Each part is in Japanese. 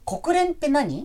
国連って何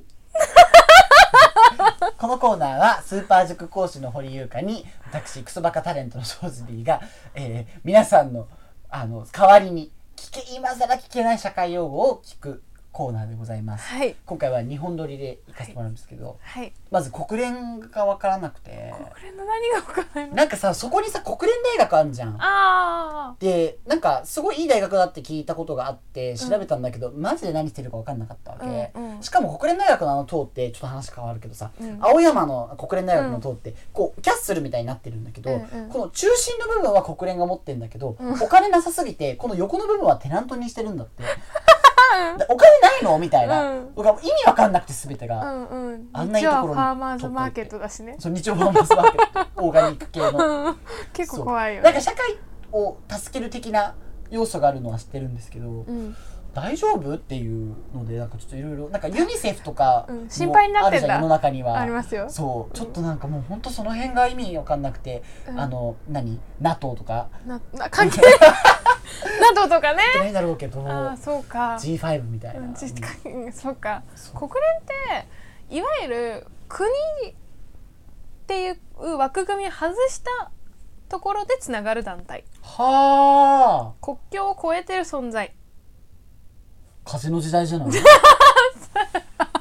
このコーナーはスーパー塾講師の堀優香に私クソバカタレントのショーズビーが、皆さんの代わりに今更聞けない社会用語を聞くコーナーでございます、 はい、 今回は2本撮りで行かせてもらうんですけど、 はい、 まず国連が分からなくて、 国連の何が分からないの？ なんかさ、そこにさ国連大学あんじゃん。 あでなんかすごいいい大学だって聞いたことがあって調べたんだけど、マジで何してるか分かんなかったわけ、しかも国連大学の塔ってちょっと話変わるけどさ、青山の国連大学の塔ってこうキャッスルみたいになってるんだけど、この中心の部分は国連が持ってるんだけど、お金なさすぎてこの横の部分はテナントにしてるんだってお金ないのみたいな、僕は意味わかんなくて全てが、あんないいところに日曜ファーマーズマーケットだしね。 そう、日曜ファーマーズマーケットオーガニック系の結構怖いよね。 なんか社会を助ける的な要素があるのは知ってるんですけど、大丈夫っていうのでなんかちょっといろいろなんかユニセフとか心配になってんだ。 世の中にはありますよ。 そうちょっとなんかもう本当その辺が意味わかんなくて、NATO とか関係ないNATO とかねないだろうけど、 そうか G5 みたいな、 そうか。国連っていわゆる国っていう枠組みを外したところでつながる団体。 はあ。 国境を越えてる存在。 風の時代じゃない国連風の時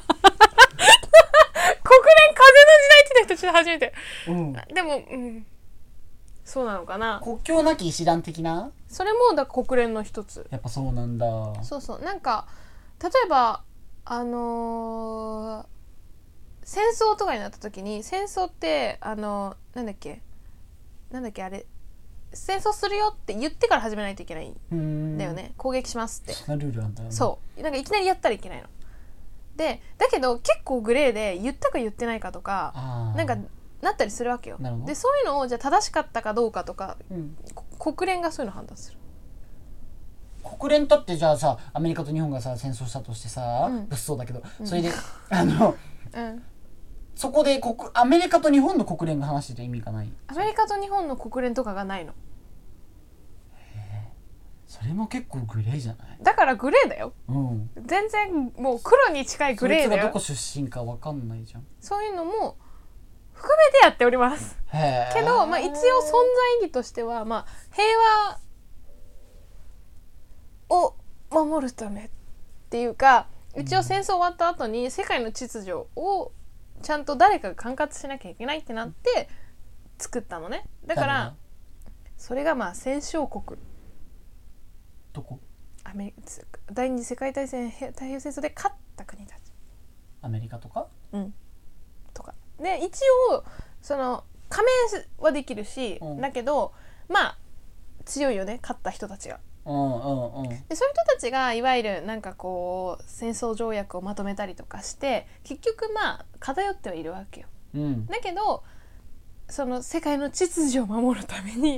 代って人ちょっと初めて、でも、そうなのかな。 国境なき医師団的な、 それもだ国連の一つ。 やっぱそうなんだ。 そうそう、なんか例えば戦争とかになった時に、戦争ってなんだっけあれ、戦争するよって言ってから始めないといけないんだよね。攻撃しますって。 そんなルールあんだよね。 そうなんかいきなりやったらいけないので、だけど結構グレーで言ったか言ってないかとかなんかなったりするわけよ。でそういうのをじゃあ正しかったかどうかとか、国連がそういうの判断する。 国連だってじゃあさ、アメリカと日本がさ戦争したとしてさ、物騒だけど、それでそこでアメリカと日本の国連が話してて意味がない。 アメリカと日本の国連とかがないの。 それも結構グレーじゃない？ だからグレーだよ、全然もう黒に近いグレーだよ。そいつがどこ出身か分かんないじゃん。 そういうのも含めてやっております。けど、一応存在意義としては、平和を守るためっていうか、一応戦争終わった後に世界の秩序をちゃんと誰かが管轄しなきゃいけないってなって作ったのね。だからそれが戦勝国。 どこ？ 第二次世界大戦太平洋戦争で勝った国たち。 アメリカとか？ とかで、一応その加盟はできるし、だけど強いよね、勝った人たちが。でそういう人たちがいわゆるなんかこう戦争条約をまとめたりとかして結局偏ってはいるわけよ、だけどその世界の秩序を守るために、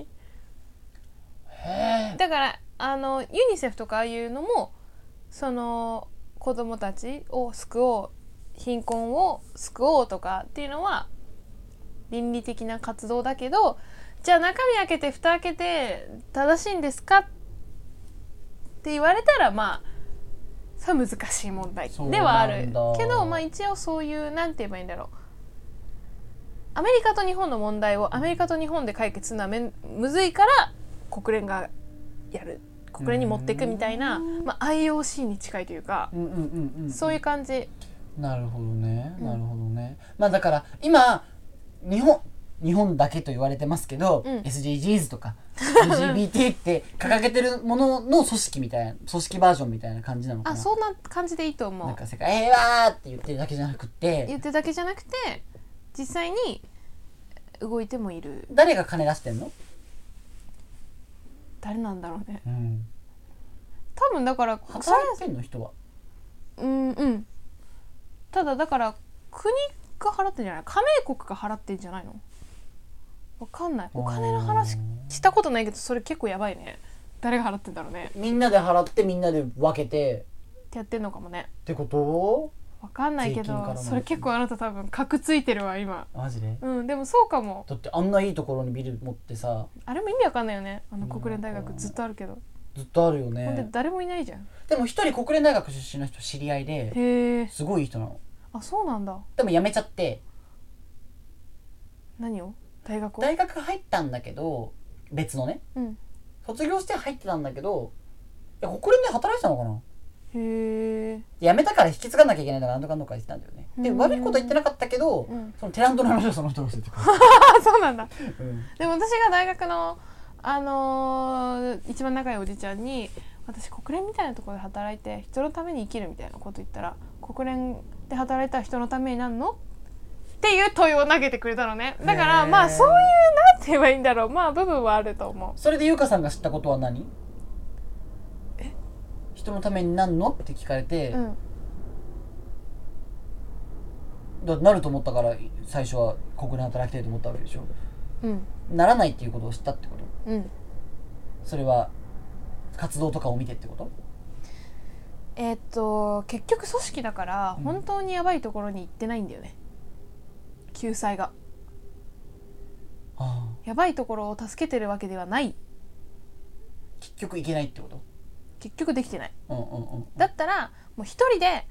だからユニセフとかああいうのもその子供たちを救おう、貧困を救おうとかっていうのは倫理的な活動だけど、じゃあ中身開けて蓋開けて正しいんですかって言われたらそれは難しい問題ではあるけど、一応そういうなんて言えばいいんだろう、アメリカと日本の問題をアメリカと日本で解決するのはむずいから国連がやる、国連に持っていくみたいな、IOC に近いというか、そういう感じ。 なるほどね、なるほどね。だから今日本だけと言われてますけど、SDGs とか LGBT って掲げてるものの組織みたいな、組織バージョンみたいな感じなのかな。 そんな感じでいいと思う。 なんか世界平和って言ってるだけじゃなくて、 実際に動いてもいる。 誰が金出してんの？ 誰なんだろうね、多分だから働いてんの人は。 ただだから国が払ってんじゃない？加盟国が払ってんじゃないの？わかんない。お金の話したことないけど、それ結構やばいね。誰が払ってんだろうね。 みんなで払ってみんなで分けてってやってんのかもね。 ってこと？ わかんないけど、それ結構あなた多分格ついてるわ今。 マジで？ でもそうかも。 だってあんないいところにビル持ってさ、 あれも意味わかんないよね。国連大学ずっとあるけど。 ずっとあるよほんでね。 誰もいないじゃん。 でも一人国連大学出身の人知り合いで、 へえ。 すごいいい人なの。 あ、そうなんだ。 でも辞めちゃって、 何を？大学を？ 大学入ったんだけど、別のね、 うん。 卒業して入ってたんだけど、いや国連で働いてたのかな。 へえ。 辞めたから引き継がなきゃいけないとかなんとかなんとか言ってたんだよね。で、悪いこと言ってなかったけど、そのテナントの話をその人が教えてくれた。 あ、そうなんだ。 うん、 でも私が大学の一番仲いいおじちゃんに、私国連みたいなところで働いて人のために生きるみたいなこと言ったら、国連で働いたら人のためになるのっていう問いを投げてくれたのね。だからまあそういう、なんて言えばいいんだろう、まあ部分はあると思う。 それで優香さんが知ったことは何？人のためになんのって聞かれて、なると思ったから最初は国連働きたいと思ったわけでしょ。ならないっていうことを知ったってこと？それは活動とかを見てってこと？ 結局組織だから本当にやばいところに行ってないんだよね、救済が。やばいところを助けてるわけではない。 結局いけないってこと？ 結局できてない、だったらもう一人で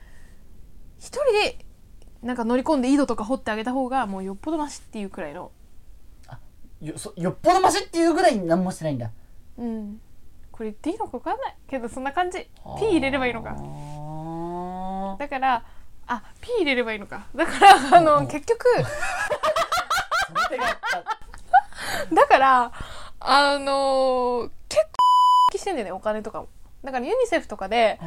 なんか乗り込んで井戸とか掘ってあげた方がもうよっぽどマシっていうくらいの。 よっぽどマシっていうぐらい何もしてないんだ。 これ言っていいのか分かんないけどそんな感じ。P 入れればいいのか。だからP 入れればいいのか。だから結局だから結構してんだよね、お金とかも。だからユニセフとかで、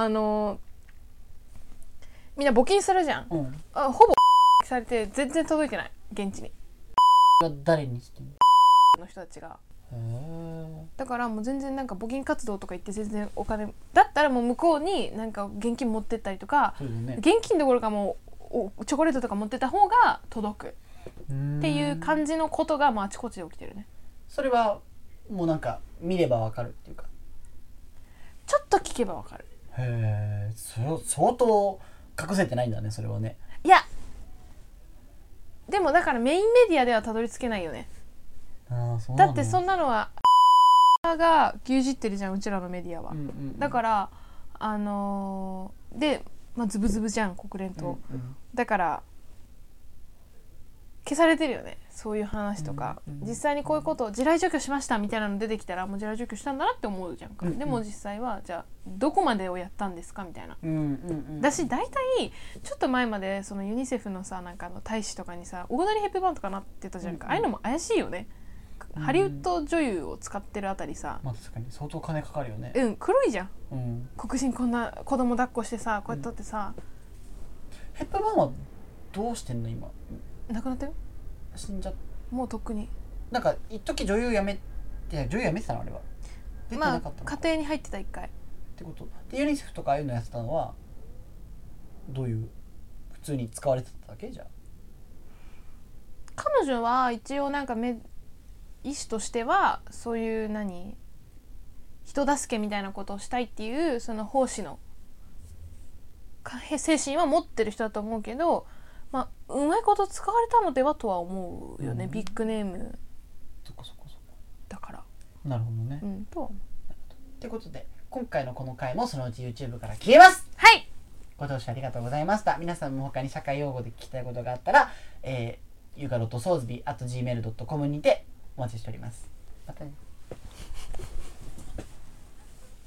みんな募金するじゃん、ほぼされて全然届いてない、現地に。 誰にしてんの人たちが。だからもう全然なんか募金活動とか言って全然お金だったらもう向こうになんか現金持ってったりとか、現金どころかもうチョコレートとか持ってた方が届くっていう感じのことがまああちこちで起きてるね。 それはもうなんか見ればわかるっていうか、 ちょっと聞けばわかる。 へえ、相当隠せてないんだね、それはね。 いやでもだからメインメディアではたどり着けないよね。だってそんなのはが牛耳ってるじゃん、うちらのメディアは。だからで、ズブズブじゃん国連と、だから消されてるよね、そういう話とか。実際にこういうことを地雷除去しましたみたいなの出てきたらもう地雷除去したんだなって思うじゃんか、でも実際はじゃあどこまでをやったんですかみたいな、だし大体ちょっと前までそのユニセフのさ、なんか大使とかにさオードリー・ヘップバーンとかなってたじゃんか、ああいうのも怪しいよね。ハリウッド女優を使ってるあたりさ、 確かに相当金かかるよね。 黒いじゃん、黒人こんな子供抱っこしてさこうやって撮ってさ、 ヘップバーンはどうしてんの今？ 亡くなったよ。 死んじゃっもうとっくに。 なんか一時女優辞めてたのあれは。出てなかったの？ 家庭に入ってた一回。 ってことでユニセフとかああいうのやってたのはどういう普通に使われてただけじゃ？ 彼女は一応なんか意思としてはそういう人助けみたいなことをしたいっていうその奉仕の精神は持ってる人だと思うけど、うまいこと使われたのではとは思うよね、ビッグネームだから。 なるほどね。 とは思う。 ってことで今回のこの回もそのうち YouTube から消えます。 はい、 ご聴取ありがとうございました。皆さんも他に社会用語で聞きたいことがあったら、ゆか.soulsby@gmail.com にてお待ちしております。またね。